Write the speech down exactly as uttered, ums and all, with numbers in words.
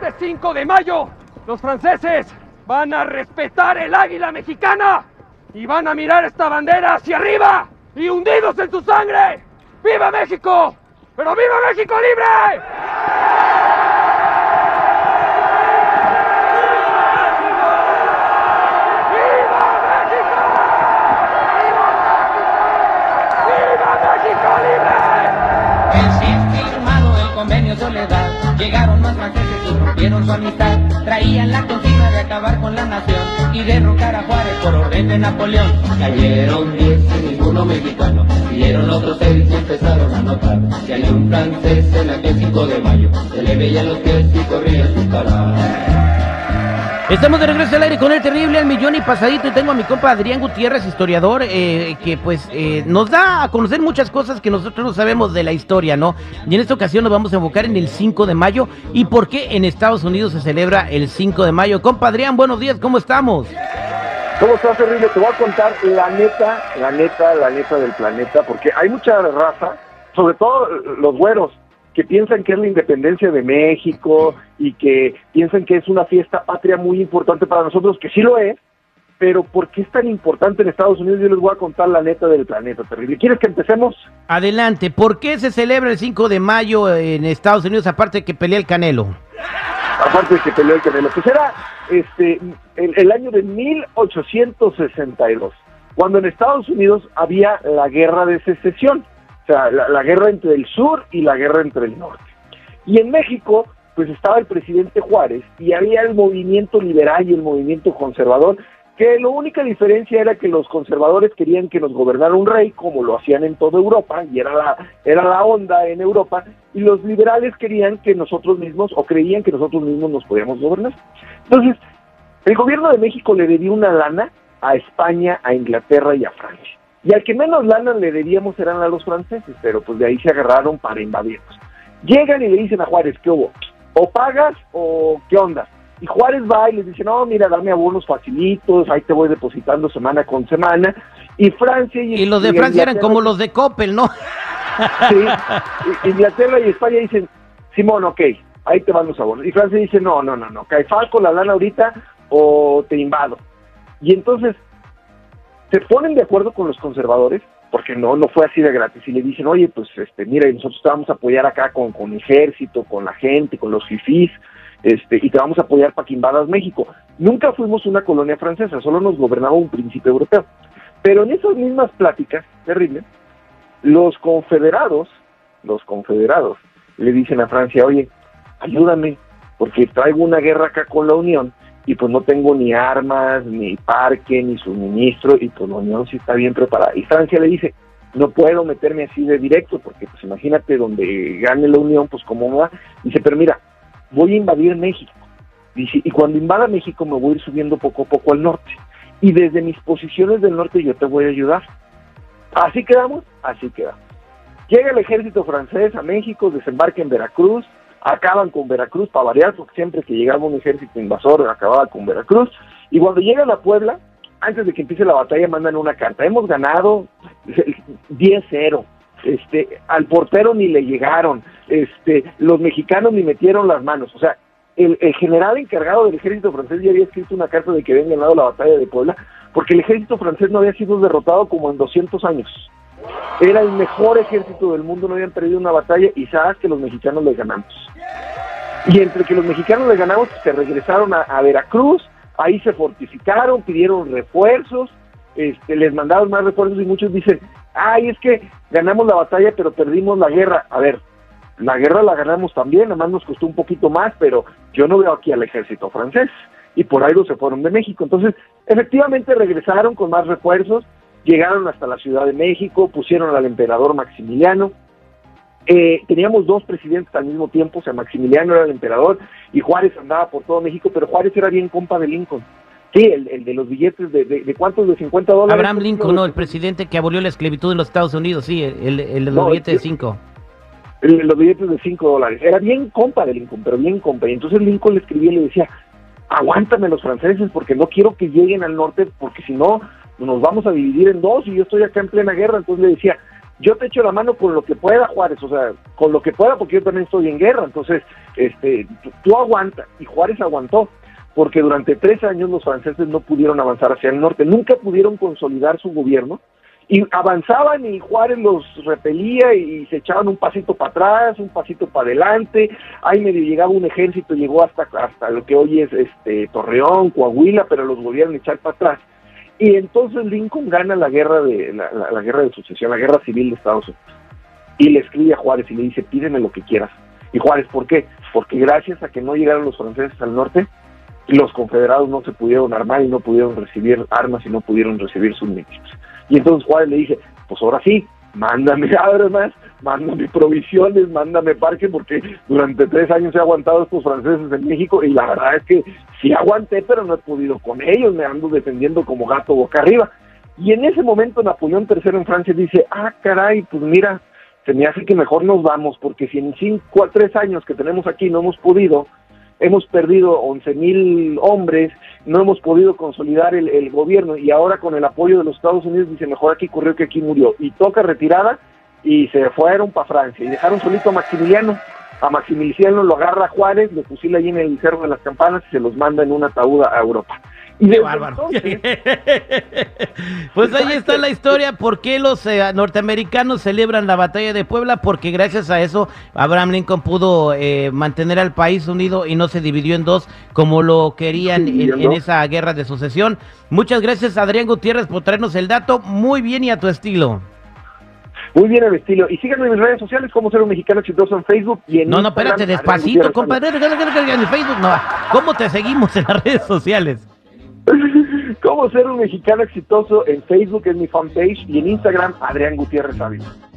Este cinco de mayo, los franceses van a respetar el águila mexicana y van a mirar esta bandera hacia arriba y hundidos en su sangre. ¡Viva México! ¡Pero viva México libre! El cien firmado el convenio Soledad, llegaron más franceses y rompieron su amistad, traían la consigna de acabar con la nación y derrocar a Juárez por orden de Napoleón. Cayeron diez y ninguno mexicano, siguieron otros seis y empezaron a notar que había un francés en aquel cinco de mayo, se le veían los pies y corría sin parar. Estamos de regreso al aire con el terrible al millón y pasadito, y tengo a mi compa Adrián Gutiérrez, historiador, eh, que pues eh, nos da a conocer muchas cosas que nosotros no sabemos de la historia, ¿no? Y en esta ocasión nos vamos a enfocar en el cinco de mayo y por qué en Estados Unidos se celebra el cinco de mayo. Compa Adrián, buenos días, ¿cómo estamos? ¿Cómo estás, terrible? Te voy a contar la neta, la neta, la neta del planeta, porque hay mucha raza, sobre todo los güeros, que piensan que es la independencia de México y que piensan que es una fiesta patria muy importante para nosotros, que sí lo es, pero ¿por qué es tan importante en Estados Unidos? Yo les voy a contar la neta del planeta, terrible. ¿Quieres que empecemos? Adelante, ¿por qué se celebra el cinco de mayo en Estados Unidos, aparte de que pelea el Canelo? Aparte de que peleó el Canelo, pues era este, el, el año de mil ochocientos sesenta y dos, cuando en Estados Unidos había la guerra de secesión. O sea, la, la guerra entre el sur y la guerra entre el norte. Y en México, pues estaba el presidente Juárez y había el movimiento liberal y el movimiento conservador, que la única diferencia era que los conservadores querían que nos gobernara un rey, como lo hacían en toda Europa, y era la, era la onda en Europa, y los liberales querían que nosotros mismos, o creían que nosotros mismos nos podíamos gobernar. Entonces, el gobierno de México le debía una lana a España, a Inglaterra y a Francia. Y al que menos lana le debíamos eran a los franceses, pero pues de ahí se agarraron para invadirnos. Llegan y le dicen a Juárez, ¿qué hubo? ¿O pagas o qué onda? Y Juárez va y les dice, no, mira, dame abonos facilitos, ahí te voy depositando semana con semana. Y Francia y... Y los de y Francia eran Inglaterra, como los de Coppel, ¿no? Sí, Inglaterra y España dicen, Simón, ok, ahí te van los abonos. Y Francia dice, no, no, no, no, caifás con la lana ahorita o te invado. Y entonces se ponen de acuerdo con los conservadores, porque no no fue así de gratis, y le dicen, oye, pues, este, mira, nosotros te vamos a apoyar acá con, con ejército, con la gente, con los fifís, este, y te vamos a apoyar para que invadas México. Nunca fuimos una colonia francesa, solo nos gobernaba un príncipe europeo. Pero en esas mismas pláticas, terrible, los confederados, los confederados, le dicen a Francia, oye, ayúdame, porque traigo una guerra acá con la Unión, y pues no tengo ni armas, ni parque, ni suministro, y pues la Unión sí está bien preparada. Y Francia le dice, no puedo meterme así de directo, porque pues imagínate donde gane la Unión, pues cómo va. Dice, pero mira, voy a invadir México. Dice, y cuando invada México me voy a ir subiendo poco a poco al norte. Y desde mis posiciones del norte yo te voy a ayudar. Así quedamos, así quedamos. Llega el ejército francés a México, desembarca en Veracruz, acaban con Veracruz para variar, porque siempre que llegaba un ejército invasor acababa con Veracruz, y cuando llegan a Puebla, antes de que empiece la batalla, mandan una carta, hemos ganado diez cero, este, al portero ni le llegaron, este, los mexicanos ni metieron las manos. O sea, el, el general encargado del ejército francés ya había escrito una carta de que habían ganado la batalla de Puebla, porque el ejército francés no había sido derrotado como en doscientos años. Era el mejor ejército del mundo, no habían perdido una batalla, y sabes que los mexicanos les ganamos. Y entre que los mexicanos les ganamos, pues, se regresaron a, a Veracruz, ahí se fortificaron, pidieron refuerzos, este, les mandaron más refuerzos, y muchos dicen, ay, es que ganamos la batalla pero perdimos la guerra. A ver, la guerra la ganamos también, nada más nos costó un poquito más, pero yo no veo aquí al ejército francés, y por algo se fueron de México. Entonces, efectivamente regresaron con más refuerzos, llegaron hasta la Ciudad de México, pusieron al emperador Maximiliano. Eh, teníamos dos presidentes al mismo tiempo, o sea, Maximiliano era el emperador y Juárez andaba por todo México, pero Juárez era bien compa de Lincoln. Sí, el, el de los billetes de, de, de ¿cuántos? De cincuenta dólares. Abraham Lincoln, no, el presidente que abolió la esclavitud en los Estados Unidos, sí, el, el de los no, billetes el, de cinco. El, los billetes de cinco dólares. Era bien compa de Lincoln, pero bien compa. Y entonces Lincoln le escribía y le decía, aguántame los franceses porque no quiero que lleguen al norte, porque si no nos vamos a dividir en dos y yo estoy acá en plena guerra. Entonces le decía, yo te echo la mano con lo que pueda, Juárez, o sea, con lo que pueda, porque yo también estoy en guerra, entonces, este, tú, tú aguanta, y Juárez aguantó, porque durante tres años los franceses no pudieron avanzar hacia el norte, nunca pudieron consolidar su gobierno, y avanzaban y Juárez los repelía y se echaban un pasito para atrás, un pasito para adelante, ahí medio llegaba un ejército, llegó hasta, hasta lo que hoy es este Torreón, Coahuila, pero los volvieron a echar para atrás. Y entonces Lincoln gana la guerra de la, la, la guerra de sucesión, la guerra civil de Estados Unidos. Y le escribe a Juárez y le dice, pídeme lo que quieras. Y Juárez, ¿por qué? Porque gracias a que no llegaron los franceses al norte, los confederados no se pudieron armar y no pudieron recibir armas y no pudieron recibir suministros. Y entonces Juárez le dice, pues ahora sí, mándame armas, mándame provisiones, mándame parque, porque durante tres años he aguantado a estos franceses en México y la verdad es que sí aguanté, pero no he podido con ellos, me ando defendiendo como gato boca arriba. Y en ese momento Napoleón tercero en Francia dice, ah, caray, pues mira, se me hace que mejor nos vamos, porque si en cinco, tres años que tenemos aquí no hemos podido, hemos perdido once mil hombres, no hemos podido consolidar el, el gobierno, y ahora con el apoyo de los Estados Unidos dice, mejor aquí corrió que aquí murió, y toca retirada, y se fueron para Francia, y dejaron solito a Maximiliano. A Maximiliano lo agarra Juárez, lo fusila ahí en el Cerro de las Campanas y se los manda en un ataúd a Europa. Y ¡qué bárbaro! Entonces, pues ahí está la historia, por qué los eh, norteamericanos celebran la batalla de Puebla, porque gracias a eso Abraham Lincoln pudo eh, mantener al país unido y no se dividió en dos como lo querían en, en esa guerra de sucesión. Muchas gracias, Adrián Gutiérrez, por traernos el dato, muy bien y a tu estilo. Muy bien el estilo. Y síganme en mis redes sociales, como ser un mexicano exitoso en Facebook y en No, no, Instagram, espérate, despacito, compadre, en Facebook, no, ¿cómo te seguimos en las redes sociales? Cómo ser un mexicano exitoso en Facebook es mi fanpage y en Instagram Adrián Gutiérrez Ávila.